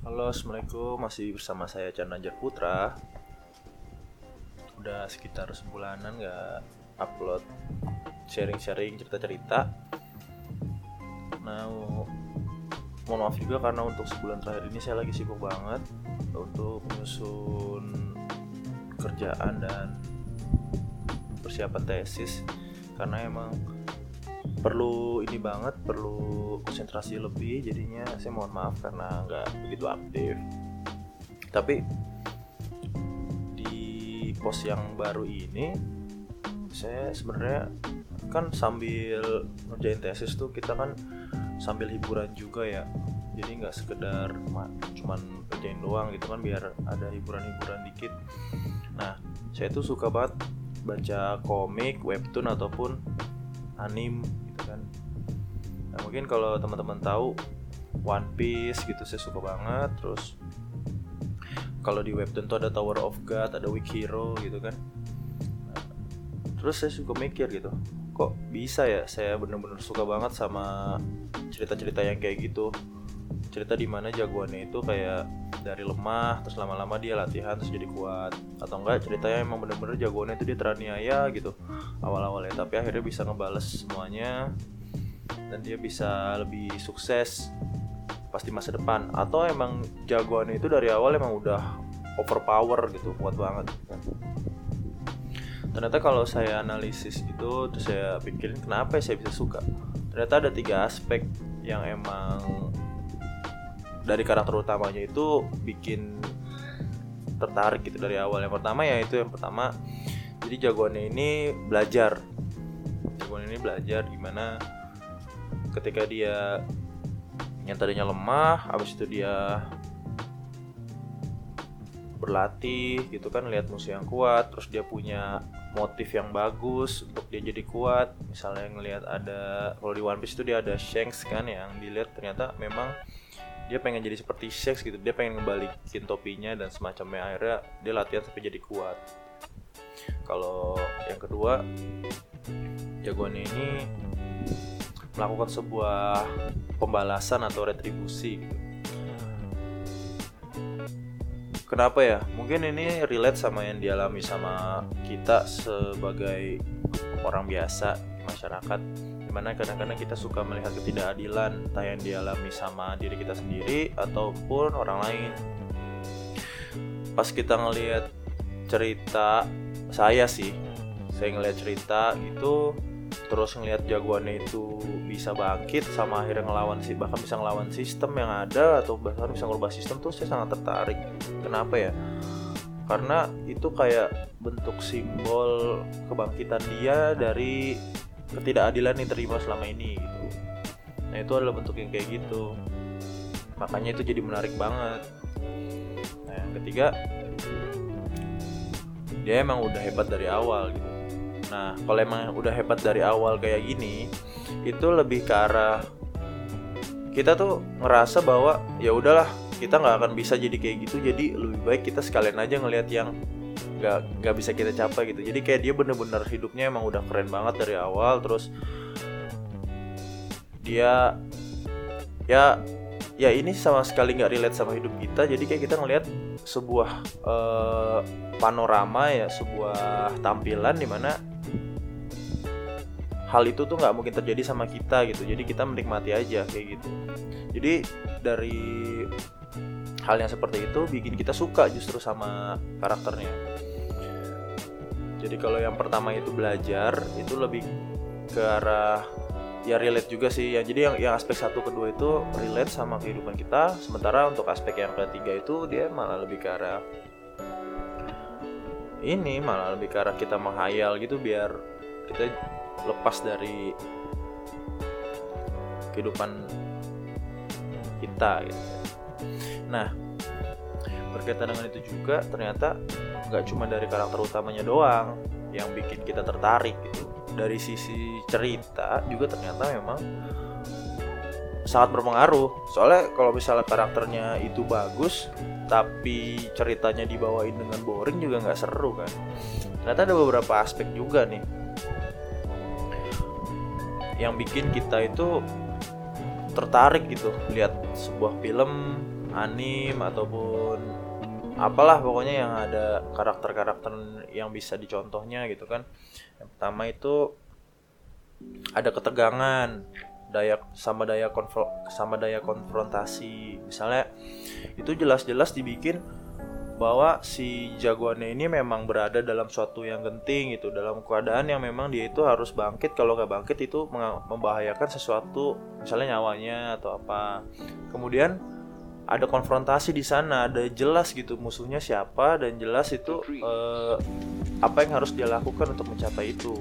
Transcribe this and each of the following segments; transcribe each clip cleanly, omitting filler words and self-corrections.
Halo, assalamualaikum. Masih bersama saya Chandra Putra. Udah sekitar sebulanan gak upload sharing-sharing cerita-cerita. Nah, mohon maaf juga karena untuk sebulan terakhir ini saya lagi sibuk banget untuk menyusun kerjaan dan persiapan tesis. Karena emang perlu konsentrasi lebih, jadinya saya mohon maaf karena nggak begitu aktif. Tapi di post yang baru ini saya sebenarnya kan sambil ngerjain tesis tuh kita kan sambil hiburan juga ya, jadi nggak sekedar cuman kerjain doang gitu kan, biar ada hiburan-hiburan dikit. Nah, saya tuh suka banget baca komik, webtoon ataupun anime gitu kan. Nah, mungkin kalau teman-teman tahu One Piece gitu saya suka banget. Terus kalau di webtoon tuh ada Tower of God, ada Weak Hero gitu kan. Nah, terus saya suka mikir gitu, kok bisa ya saya bener-bener suka banget sama cerita-cerita yang kayak gitu. Cerita dimana jagoannya itu kayak dari lemah, terus lama-lama dia latihan terus jadi kuat. Atau enggak ceritanya emang bener-bener jagoannya itu dia teraniaya gitu awal-awalnya, tapi akhirnya bisa ngebales semuanya dan dia bisa lebih sukses pasti masa depan. Atau emang jagoannya itu dari awal emang udah overpower gitu, kuat banget kan. Ternyata kalau saya analisis itu, terus saya pikirin kenapa saya bisa suka. Ternyata ada 3 aspek yang emang dari karakter utamanya itu bikin tertarik gitu dari awal. Yang pertama, jadi jagoannya ini belajar. Gimana ketika dia yang tadinya lemah, habis itu dia berlatih gitu kan, lihat musuh yang kuat, terus dia punya motif yang bagus untuk dia jadi kuat. Misalnya ngelihat ada, kalau di One Piece itu dia ada Shanks kan, yang dilihat ternyata memang dia pengen jadi seperti Shanks gitu, dia pengen ngebalikin topinya dan semacamnya. Akhirnya dia latihan sampai jadi kuat. Kalau yang kedua, jagoannya ini melakukan sebuah pembalasan atau retribusi gitu. Kenapa ya? Mungkin ini relate sama yang dialami sama kita sebagai orang biasa di masyarakat, dimana kadang-kadang kita suka melihat ketidakadilan, entah yang dialami sama diri kita sendiri ataupun orang lain. Pas kita ngelihat cerita, saya ngelihat cerita itu, terus ngelihat jagoannya itu bisa bangkit sama akhirnya bahkan bisa ngelawan sistem yang ada atau bahkan bisa ngubah sistem tuh, saya sangat tertarik. Kenapa ya? Karena itu kayak bentuk simbol kebangkitan dia dari ketidakadilan yang terima selama ini gitu. Nah, itu adalah bentuk yang kayak gitu. Makanya itu jadi menarik banget. Nah, yang ketiga, dia emang udah hebat dari awal gitu. Nah, kalau emang udah hebat dari awal kayak gini, itu lebih ke arah kita tuh ngerasa bahwa ya udahlah, kita nggak akan bisa jadi kayak gitu, jadi lebih baik kita sekalian aja ngelihat yang nggak bisa kita capai gitu. Jadi kayak dia bener-bener hidupnya emang udah keren banget dari awal, terus dia ya ini sama sekali nggak relate sama hidup kita. Jadi kayak kita ngelihat sebuah panorama ya, sebuah tampilan dimana hal itu tuh nggak mungkin terjadi sama kita gitu. Jadi kita menikmati aja kayak gitu. Jadi dari hal yang seperti itu bikin kita suka justru sama karakternya. Jadi kalau yang pertama itu belajar, itu lebih ke arah ya relate juga sih ya. Jadi yang aspek 1, 2 itu relate sama kehidupan kita. Sementara untuk aspek yang ketiga itu dia malah lebih ke arah kita menghayal gitu, biar kita lepas dari kehidupan kita gitu. Nah, berkaitan dengan itu juga, ternyata nggak cuma dari karakter utamanya doang yang bikin kita tertarik gitu. Dari sisi cerita juga ternyata memang sangat berpengaruh. Soalnya kalau misalnya karakternya itu bagus tapi ceritanya dibawain dengan boring juga nggak seru kan. Ternyata ada beberapa aspek juga nih yang bikin kita itu tertarik gitu lihat sebuah film anim ataupun apalah pokoknya yang ada karakter-karakter yang bisa dicontohnya gitu kan. Yang pertama itu ada ketegangan, daya konfrontasi. Misalnya itu jelas-jelas dibikin bahwa si jagoannya ini memang berada dalam suatu yang genting gitu, dalam keadaan yang memang dia itu harus bangkit. Kalau nggak bangkit itu membahayakan sesuatu, misalnya nyawanya atau apa. Kemudian ada konfrontasi di sana, ada jelas gitu musuhnya siapa dan jelas itu apa yang harus dia lakukan untuk mencapai itu.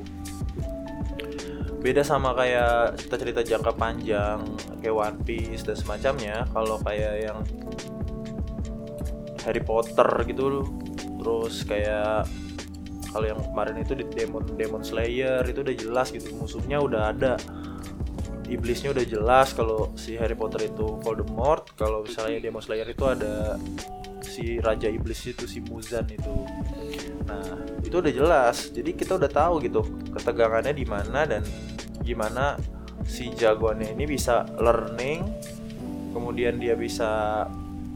Beda sama kayak cerita-cerita jangka panjang kayak One Piece dan semacamnya. Kalau kayak yang Harry Potter gitu, terus kayak kalau yang kemarin itu di Demon Slayer itu udah jelas gitu, musuhnya udah ada, iblisnya udah jelas. Kalau si Harry Potter itu Voldemort, kalau misalnya Demon Slayer itu ada si Raja Iblis itu, si Muzan itu. Nah itu udah jelas, jadi kita udah tahu gitu ketegangannya di mana dan gimana si jagoannya ini bisa learning, kemudian dia bisa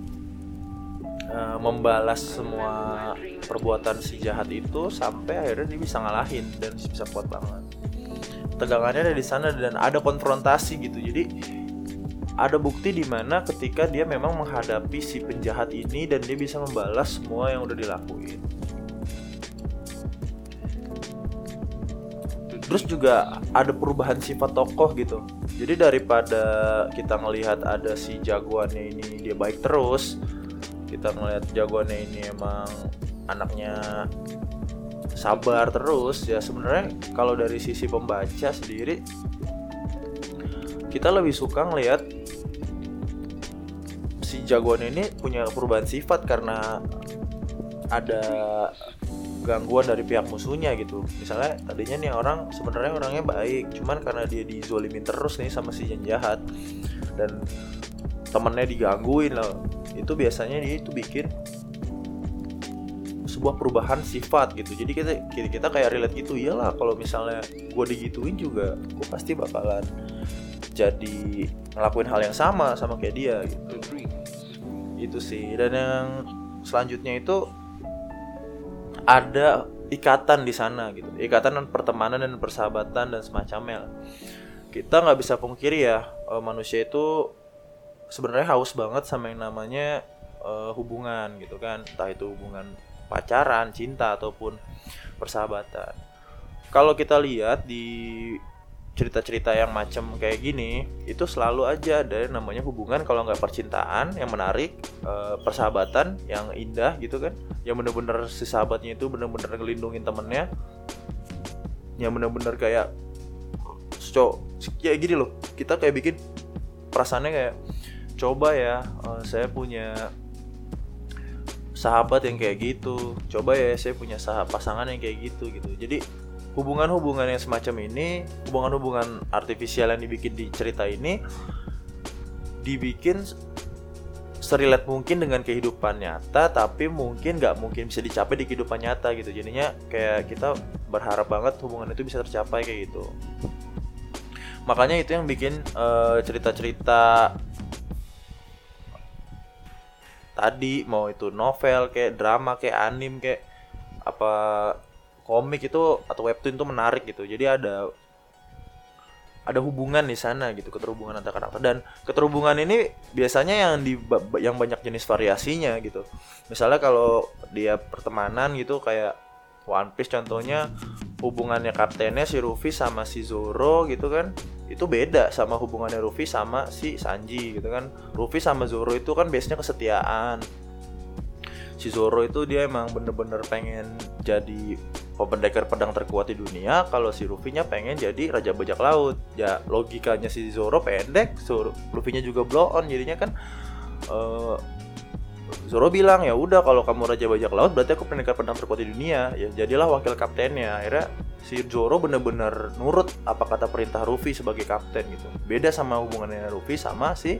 membalas semua perbuatan si jahat itu sampai akhirnya dia bisa ngalahin dan bisa kuat banget. Tegangannya ada di sana dan ada konfrontasi gitu. Jadi ada bukti di mana ketika dia memang menghadapi si penjahat ini dan dia bisa membalas semua yang udah dilakuin. Terus juga ada perubahan sifat tokoh gitu. Jadi daripada kita ngelihat ada si jagoannya ini dia baik terus, kita ngelihat jagoannya ini emang anaknya sabar terus, ya sebenarnya kalau dari sisi pembaca sendiri kita lebih suka ngelihat si jagoan ini punya perubahan sifat karena ada gangguan dari pihak musuhnya gitu. Misalnya tadinya nih orang sebenarnya orangnya baik, cuman karena dia dizolimin terus nih sama si jahat dan temennya digangguin loh, itu biasanya dia itu bikin sebuah perubahan sifat gitu. Jadi kita kayak relate gitu. Iyalah kalau misalnya gue digituin juga gue pasti bakalan jadi ngelakuin hal yang sama kayak dia gitu. Itu sih. Dan yang selanjutnya itu ada ikatan di sana gitu, ikatan dan pertemanan dan persahabatan dan semacamnya. Kita nggak bisa pungkiri ya, manusia itu sebenarnya haus banget sama yang namanya hubungan gitu kan, entah itu hubungan pacaran, cinta ataupun persahabatan. Kalau kita lihat di cerita-cerita yang macam kayak gini, itu selalu aja ada yang namanya hubungan. Kalau nggak percintaan yang menarik, persahabatan yang indah gitu kan, yang bener-bener si sahabatnya itu bener-bener ngelindungin temennya, yang bener-bener kayak kayak gini loh. Kita kayak bikin perasaannya kayak, coba ya saya punya sahabat yang kayak gitu, coba ya saya punya pasangan yang kayak gitu. Jadi hubungan-hubungan yang semacam ini, hubungan-hubungan artifisial yang dibikin di cerita ini dibikin serelate mungkin dengan kehidupan nyata, tapi mungkin nggak mungkin bisa dicapai di kehidupan nyata gitu. Jadinya kayak kita berharap banget hubungan itu bisa tercapai kayak gitu. Makanya itu yang bikin cerita-cerita tadi, mau itu novel kayak drama kayak anim kayak apa komik itu atau webtoon itu menarik gitu. Jadi ada hubungan di sana gitu, keterhubungan antar karakter, dan keterhubungan ini biasanya yang banyak jenis variasinya gitu. Misalnya kalau dia pertemanan gitu kayak One Piece contohnya, hubungannya kaptennya si Luffy sama si Zoro gitu kan, itu beda sama hubungannya Luffy sama si Sanji gitu kan. Luffy sama Zoro itu kan biasanya kesetiaan. Si Zoro itu dia emang bener-bener pengen jadi pendekar pedang terkuat di dunia, kalau si Luffy-nya pengen jadi raja bajak laut. Ya logikanya si Zoro pendek, Luffy-nya juga blow on, jadinya kan Zoro bilang, ya udah kalau kamu raja bajak laut berarti aku pendekar pedang terkuat di dunia. Ya jadilah wakil kaptennya. Akhirnya si Zoro bener-bener nurut apa kata perintah Luffy sebagai kapten gitu. Beda sama hubungannya Luffy sama si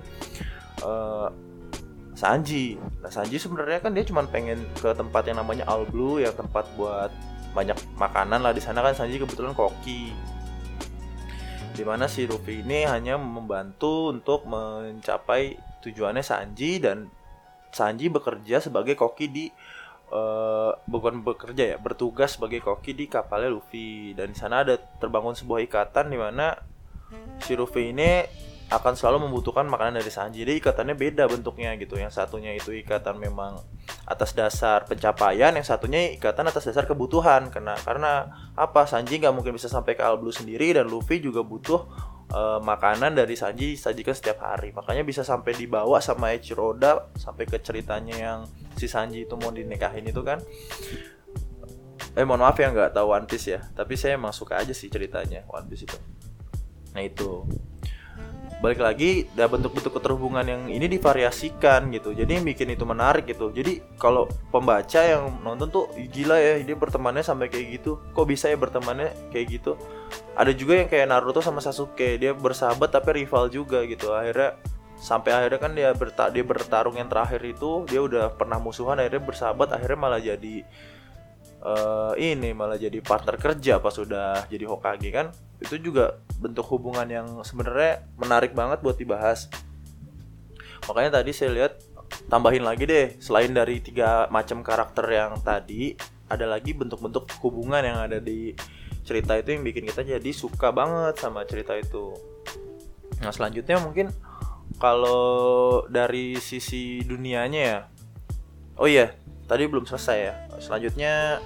Sanji. Nah Sanji sebenarnya kan dia cuma pengen ke tempat yang namanya All Blue, yang tempat buat banyak makanan lah. Di sana kan Sanji kebetulan koki, dimana si Luffy ini hanya membantu untuk mencapai tujuannya Sanji, dan Sanji bekerja sebagai koki di bukan bekerja ya, bertugas sebagai koki di kapalnya Luffy. Dan di sana ada terbangun sebuah ikatan di mana si Luffy ini akan selalu membutuhkan makanan dari Sanji. Jadi ikatannya beda bentuknya gitu. Yang satunya itu ikatan memang atas dasar pencapaian, yang satunya ikatan atas dasar kebutuhan. Karena apa? Sanji nggak mungkin bisa sampai ke All Blue sendiri, dan Luffy juga butuh makanan dari Sanji disajikan setiap hari. Makanya bisa sampai dibawa sama Eiichiro Oda sampai ke ceritanya yang si Sanji itu mau dinikahin itu kan. Mohon maaf ya nggak tahu One Piece ya, tapi saya emang suka aja sih ceritanya One Piece itu. Nah itu balik lagi, ada bentuk-bentuk keterhubungan yang ini divariasikan gitu, jadi yang bikin itu menarik gitu. Jadi kalau pembaca yang nonton tuh gila ya, dia bertemannya sampai kayak gitu, kok bisa ya bertemannya kayak gitu. Ada juga yang kayak Naruto sama Sasuke, dia bersahabat tapi rival juga gitu. Sampai akhirnya kan dia bertarung yang terakhir itu, dia udah pernah musuhan, akhirnya bersahabat, akhirnya malah jadi malah jadi partner kerja pas sudah jadi Hokage kan. Itu juga bentuk hubungan yang sebenarnya menarik banget buat dibahas. Makanya tadi saya lihat, tambahin lagi deh, selain dari 3 macam karakter yang tadi, ada lagi bentuk-bentuk hubungan yang ada di cerita itu yang bikin kita jadi suka banget sama cerita itu. Nah selanjutnya mungkin kalau dari sisi dunianya ya, oh iya tadi belum selesai ya. Selanjutnya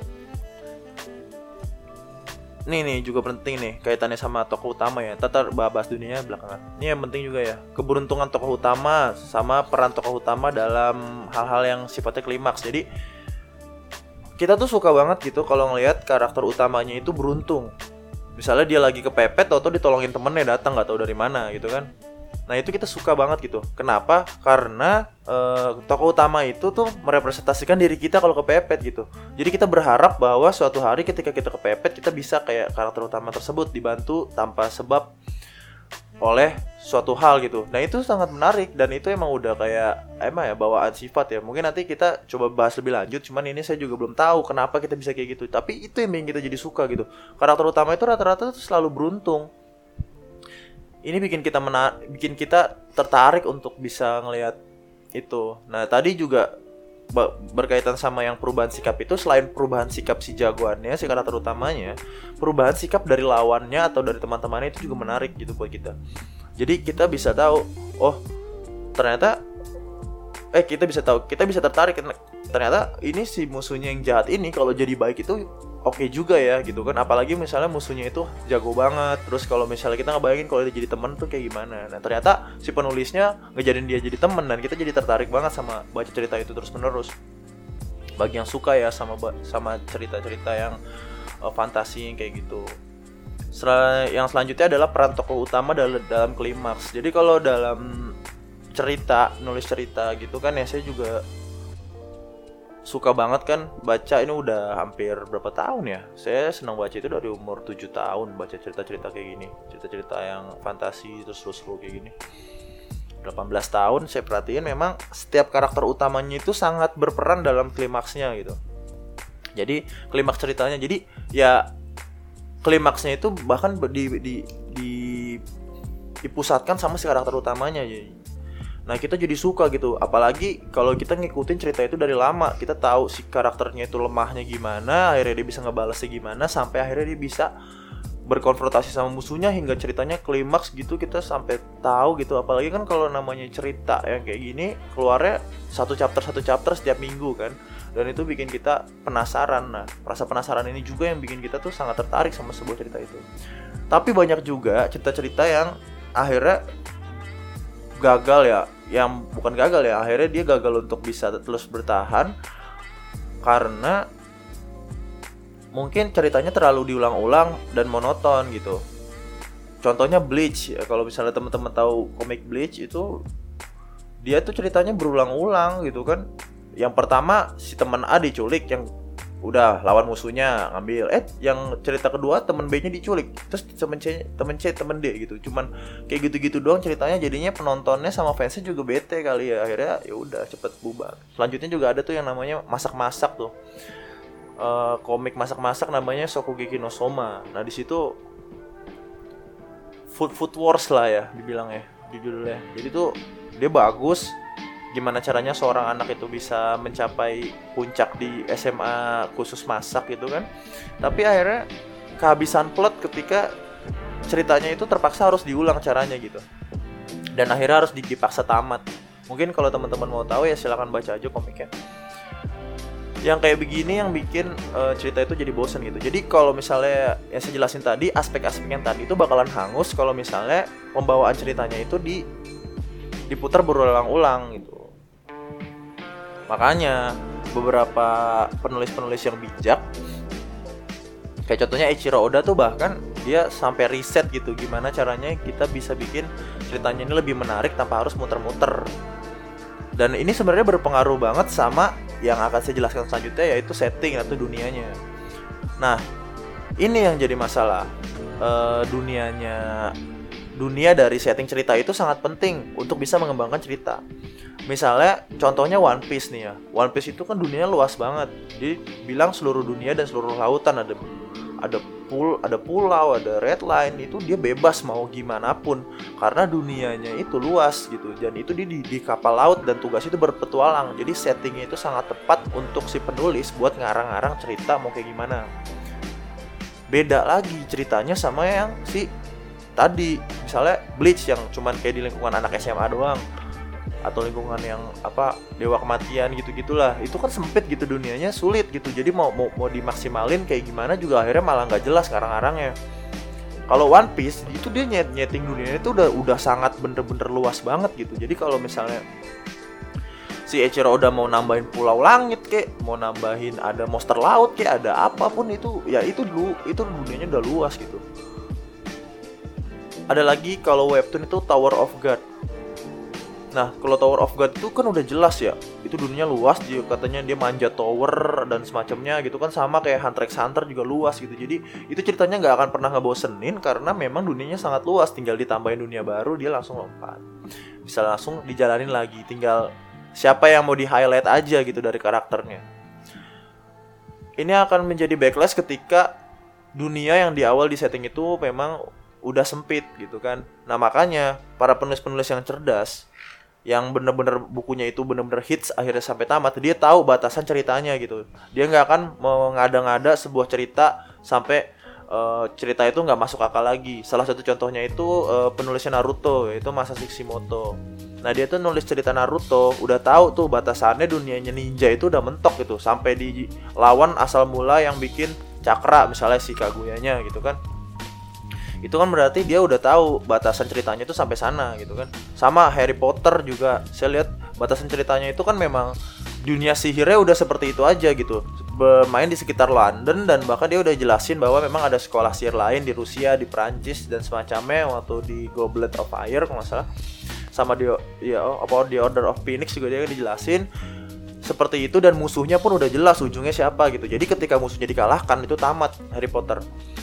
nih juga penting nih, kaitannya sama tokoh utama ya. Kita bahas dunia belakangan. Ini yang penting juga ya, keberuntungan tokoh utama sama peran tokoh utama dalam hal-hal yang sifatnya klimaks. Jadi kita tuh suka banget gitu kalau ngelihat karakter utamanya itu beruntung. Misalnya dia lagi kepepet, atau ditolongin temennya datang nggak tahu dari mana gitu kan. Nah itu kita suka banget gitu. Kenapa? Karena tokoh utama itu tuh merepresentasikan diri kita kalau kepepet gitu. Jadi kita berharap bahwa suatu hari ketika kita kepepet, kita bisa kayak karakter utama tersebut, dibantu tanpa sebab oleh suatu hal gitu. Nah itu sangat menarik, dan itu emang udah kayak bawaan sifat ya. Mungkin nanti kita coba bahas lebih lanjut, cuman ini saya juga belum tahu kenapa kita bisa kayak gitu. Tapi itu yang bikin kita jadi suka gitu. Karakter utama itu rata-rata tuh selalu beruntung. Ini bikin kita tertarik untuk bisa ngelihat itu. Nah tadi juga berkaitan sama yang perubahan sikap itu, selain perubahan sikap si jagoannya, si karakter utamanya, perubahan sikap dari lawannya atau dari teman-temannya itu juga menarik gitu buat kita. Jadi kita bisa tahu, oh ternyata kita bisa tertarik, ternyata ini si musuhnya yang jahat ini kalau jadi baik itu oke juga ya gitu kan. Apalagi misalnya musuhnya itu jago banget, terus kalau misalnya kita ngebayangin kalau dia jadi teman tuh kayak gimana. Nah ternyata si penulisnya ngejadiin dia jadi teman, dan kita jadi tertarik banget sama baca cerita itu terus menerus. Bagi yang suka ya sama cerita-cerita yang fantasi yang kayak gitu. Yang selanjutnya adalah peran tokoh utama dalam klimaks. Jadi kalau dalam nulis cerita gitu kan ya, saya juga suka banget kan baca. Ini udah hampir berapa tahun ya, saya senang baca itu dari umur 7 tahun, baca cerita-cerita kayak gini, cerita-cerita yang fantasi terus seru kayak gini. 18 tahun saya perhatiin memang setiap karakter utamanya itu sangat berperan dalam klimaksnya gitu. Jadi klimaks ceritanya, jadi ya klimaksnya itu bahkan dipusatkan sama si karakter utamanya. Nah kita jadi suka gitu, apalagi kalau kita ngikutin cerita itu dari lama. Kita tahu si karakternya itu lemahnya gimana, akhirnya dia bisa ngebalasnya gimana, sampai akhirnya dia bisa berkonfrontasi sama musuhnya hingga ceritanya klimaks gitu. Kita sampai tahu gitu. Apalagi kan kalau namanya cerita yang kayak gini, keluarnya satu chapter setiap minggu kan, dan itu bikin kita penasaran. Nah rasa penasaran ini juga yang bikin kita tuh sangat tertarik sama sebuah cerita itu. Tapi banyak juga cerita-cerita yang akhirnya gagal ya, yang bukan gagal ya, akhirnya dia gagal untuk bisa terus bertahan karena mungkin ceritanya terlalu diulang-ulang dan monoton gitu. Contohnya Bleach ya, kalau misalnya teman-teman tahu komik Bleach itu, dia tuh ceritanya berulang-ulang gitu kan. Yang pertama si teman A diculik, yang udah lawan musuhnya ngambil, yang cerita kedua temen B-nya diculik, terus temen C temen D gitu. Cuman kayak gitu-gitu doang ceritanya, jadinya penontonnya sama fansnya juga bete kali ya. Akhirnya ya udah cepet bubar. Selanjutnya juga ada tuh yang namanya masak-masak tuh, komik masak-masak namanya Shokugeki no Soma. Nah di situ food wars lah ya dibilang ya di judulnya. Jadi tuh dia bagus, gimana caranya seorang anak itu bisa mencapai puncak di SMA khusus masak gitu kan. Tapi akhirnya kehabisan plot ketika ceritanya itu terpaksa harus diulang caranya gitu. Dan akhirnya harus dipaksa tamat. Mungkin kalau teman-teman mau tahu ya silakan baca aja komiknya. Yang kayak begini yang bikin cerita itu jadi bosen gitu. Jadi kalau misalnya yang saya jelasin tadi, aspek-aspek yang tadi itu bakalan hangus kalau misalnya pembawaan ceritanya itu diputar berulang-ulang gitu. Makanya beberapa penulis-penulis yang bijak, kayak contohnya Eiichiro Oda tuh bahkan dia sampai riset gitu gimana caranya kita bisa bikin ceritanya ini lebih menarik tanpa harus muter-muter. Dan ini sebenarnya berpengaruh banget sama yang akan saya jelaskan selanjutnya, yaitu setting atau dunianya. Nah, ini yang jadi masalah. Dunia dari setting cerita itu sangat penting untuk bisa mengembangkan cerita. Misalnya contohnya One Piece nih ya. One Piece itu kan dunianya luas banget. Jadi bilang seluruh dunia dan seluruh lautan, ada pulau, ada red line, itu dia bebas mau gimana pun karena dunianya itu luas gitu. Dan itu dia di kapal laut dan tugas itu berpetualang. Jadi settingnya itu sangat tepat untuk si penulis buat ngarang-ngarang cerita mau kayak gimana. Beda lagi ceritanya sama yang si tadi, misalnya Bleach yang cuman kayak di lingkungan anak SMA doang, atau lingkungan yang dewa kematian gitu-gitulah. Itu kan sempit gitu dunianya, sulit gitu. Jadi mau dimaksimalin kayak gimana juga akhirnya malah nggak jelas ngarang-ngarangnya. Kalau One Piece itu dia nyeting dunianya itu udah sangat bener-bener luas banget gitu. Jadi kalau misalnya si Eiichiro Oda mau nambahin pulau langit kek, mau nambahin ada monster laut kek, ada apapun itu, ya itu dunianya udah luas gitu. Ada lagi kalau webtoon itu Tower of God. Nah, kalau Tower of God itu kan udah jelas ya, itu dunianya luas, dia katanya dia manja tower dan semacamnya gitu kan, sama kayak Hunter x Hunter juga luas gitu. Jadi itu ceritanya nggak akan pernah ngebosenin karena memang dunianya sangat luas, tinggal ditambahin dunia baru dia langsung lompat, bisa langsung dijalanin lagi, tinggal siapa yang mau di highlight aja gitu dari karakternya. Ini akan menjadi backlash ketika dunia yang di awal di setting itu memang udah sempit gitu kan. Nah makanya para penulis-penulis yang cerdas, yang bener-bener bukunya itu bener-bener hits akhirnya sampai tamat, dia tahu batasan ceritanya gitu. Dia nggak akan mengada-ngada sebuah cerita sampai cerita itu nggak masuk akal lagi. Salah satu contohnya itu penulisnya Naruto, yaitu Masashi Kishimoto. Nah dia tuh nulis cerita Naruto udah tahu tuh batasannya dunianya ninja itu udah mentok gitu, sampai di lawan asal mula yang bikin cakra misalnya si Kaguyanya gitu kan. Itu kan berarti dia udah tahu batasan ceritanya itu sampai sana gitu kan. Sama Harry Potter juga, saya lihat batasan ceritanya itu kan memang dunia sihirnya udah seperti itu aja gitu, bermain di sekitar London, dan bahkan dia udah jelasin bahwa memang ada sekolah sihir lain di Rusia, di Prancis dan semacamnya waktu di Goblet of Fire kalau nggak salah. Sama di Order of Phoenix juga dia dijelasin seperti itu, dan musuhnya pun udah jelas ujungnya siapa gitu. Jadi ketika musuhnya dikalahkan itu tamat Harry Potter.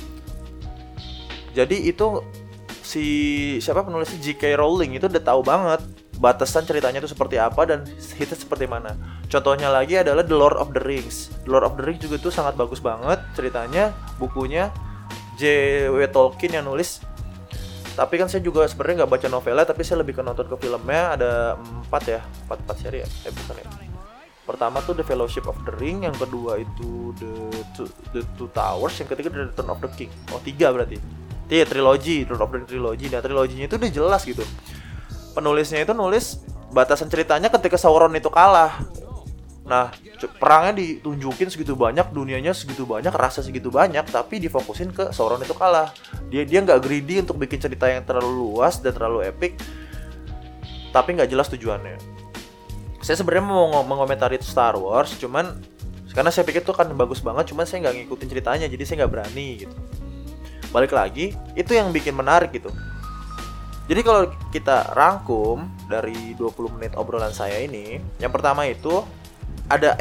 Jadi itu siapa penulisnya, J.K. Rowling itu udah tahu banget batasan ceritanya itu seperti apa dan hitnya seperti mana. Contohnya lagi adalah The Lord of the Rings. The Lord of the Rings juga tuh sangat bagus banget ceritanya, bukunya J.W. Tolkien yang nulis. Tapi kan saya juga sebenarnya nggak baca novelnya, tapi saya lebih ke nonton ke filmnya. Ada 4 seri ya, bukan ya. Pertama tuh The Fellowship of the Ring, yang kedua itu The Two Towers, yang ketiga The Return of the King. 3 berarti. Iya, trilogi, Lord of the Trilogy. Nah, triloginya itu udah jelas gitu. Penulisnya itu nulis batasan ceritanya ketika Sauron itu kalah. Nah, perangnya ditunjukin segitu banyak, dunianya segitu banyak, rasa segitu banyak, tapi difokusin ke Sauron itu kalah. Dia nggak greedy untuk bikin cerita yang terlalu luas dan terlalu epic, tapi nggak jelas tujuannya. Saya sebenarnya mau mengomentari Star Wars, cuman karena saya pikir itu kan bagus banget, cuman saya nggak ngikutin ceritanya, jadi saya nggak berani gitu. Balik lagi, itu yang bikin menarik gitu. Jadi kalau kita rangkum dari 20 menit obrolan saya ini, yang pertama itu ada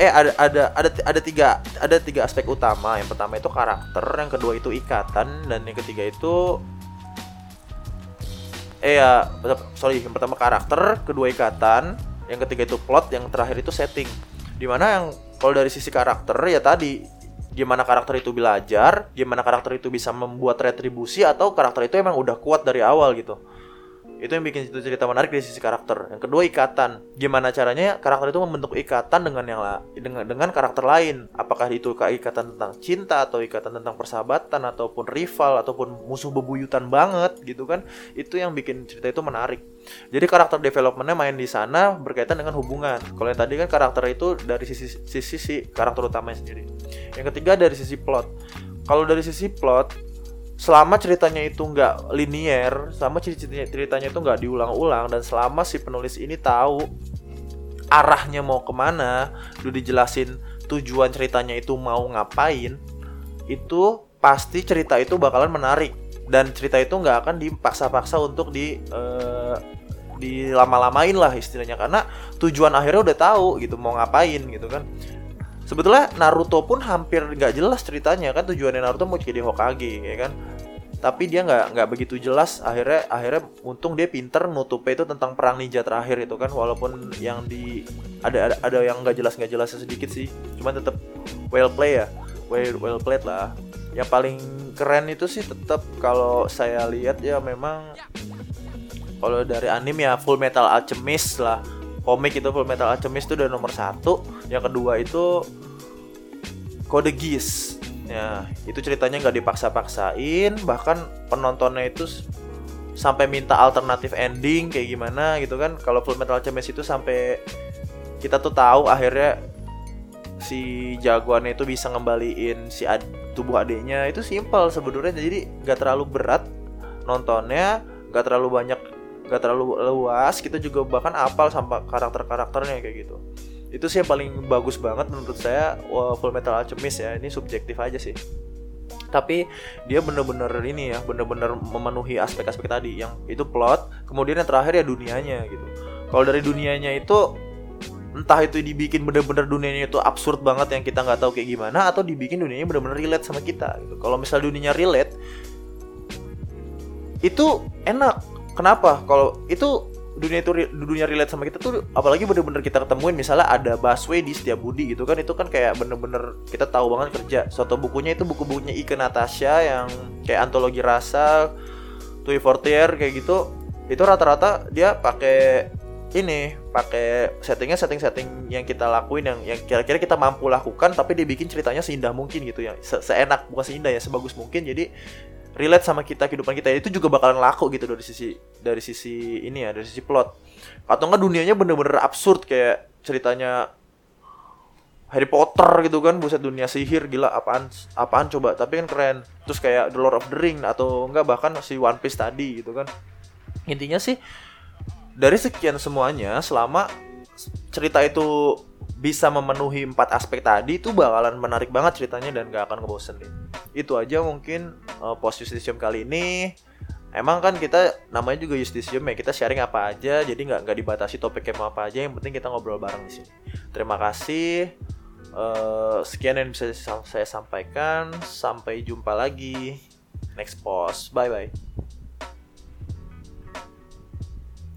tiga aspek utama. Yang pertama itu karakter, yang kedua itu ikatan, dan yang ketiga itu yang pertama karakter, kedua ikatan, yang ketiga itu plot, yang terakhir itu setting. Dimana yang kalau dari sisi karakter ya tadi, gimana karakter itu belajar, gimana karakter itu bisa membuat retribusi, atau karakter itu emang udah kuat dari awal gitu. Itu yang bikin itu cerita menarik dari sisi karakter. Yang kedua, ikatan. Gimana caranya karakter itu membentuk ikatan dengan karakter lain. Apakah itu ikatan tentang cinta atau ikatan tentang persahabatan ataupun rival ataupun musuh bebuyutan banget gitu kan. Itu yang bikin cerita itu menarik. Jadi karakter developmentnya main di sana berkaitan dengan hubungan. Kalau yang tadi kan karakter itu dari sisi karakter utamanya sendiri. Yang ketiga dari sisi plot. Kalau dari sisi plot, selama ceritanya itu nggak linier, selama ceritanya itu nggak diulang-ulang, dan selama si penulis ini tahu arahnya mau kemana, udah dijelasin tujuan ceritanya itu mau ngapain, itu pasti cerita itu bakalan menarik. Dan cerita itu nggak akan dipaksa-paksa untuk dilama-lamain lah istilahnya, karena tujuan akhirnya udah tahu gitu mau ngapain gitu kan. Sebetulnya Naruto pun hampir nggak jelas ceritanya kan, tujuannya Naruto mau jadi Hokage ya kan, tapi dia nggak begitu jelas. Akhirnya untung dia pinter nutupnya itu tentang perang ninja terakhir itu kan, walaupun yang ada yang nggak jelas sedikit sih, cuman tetap well played lah. Yang paling keren itu sih tetap kalau saya lihat ya memang kalau dari anime ya Full Metal Alchemist lah. Komik itu Full Metal Alchemist itu udah nomor 1. Yang kedua itu Code Geass. Ya, itu ceritanya nggak dipaksa-paksain, bahkan penontonnya itu sampai minta alternatif ending kayak gimana gitu kan. Kalau Full Metal Alchemist itu sampai kita tuh tahu akhirnya si jagoannya itu bisa ngembaliin tubuh adiknya. Itu simple sebenarnya, jadi nggak terlalu berat nontonnya, nggak terlalu luas. Kita juga bahkan apal sama karakternya kayak gitu. Itu sih yang paling bagus banget menurut saya Full Metal Alchemist ya. Ini subjektif aja sih, tapi dia bener-bener memenuhi aspek-aspek tadi. Yang itu plot, kemudian yang terakhir ya dunianya gitu. Kalau dari dunianya itu entah itu dibikin bener-bener dunianya itu absurd banget yang kita nggak tahu kayak gimana, atau dibikin dunianya bener-bener relate sama kita gitu. Kalau misal dunianya relate itu enak. Kenapa? Kalau itu dunia relate sama kita tuh, apalagi bener-bener kita ketemuin misalnya ada busway di Setiabudi gitu kan, itu kan kayak bener-bener kita tahu banget kerja. Suatu bukunya itu buku-bukunya Ike Natasha yang kayak antologi rasa, Tui Fortier kayak gitu. Itu rata-rata dia pakai setting yang kita lakuin, yang kira-kira kita mampu lakukan, tapi dibikin ceritanya seindah mungkin gitu ya, seenak, bukan seindah ya, sebagus mungkin. Jadi relate sama kehidupan kita. Itu juga bakalan laku gitu dari sisi plot. Atau enggak dunianya bener-bener absurd kayak ceritanya Harry Potter gitu kan, buset, dunia sihir, gila, apaan coba, tapi kan keren. Terus kayak The Lord of the Ring, atau enggak bahkan si One Piece tadi gitu kan. Intinya sih dari sekian semuanya, selama cerita itu bisa memenuhi 4 aspek tadi, itu bakalan menarik banget ceritanya dan gak akan ngebosenin. Itu aja mungkin post Justicium kali ini. Emang kan kita namanya juga Justicium ya, kita sharing apa aja, jadi nggak dibatasi topiknya mau apa aja, yang penting kita ngobrol bareng di sini. Terima kasih. Sekian yang bisa saya sampaikan. Sampai jumpa lagi next post. Bye bye.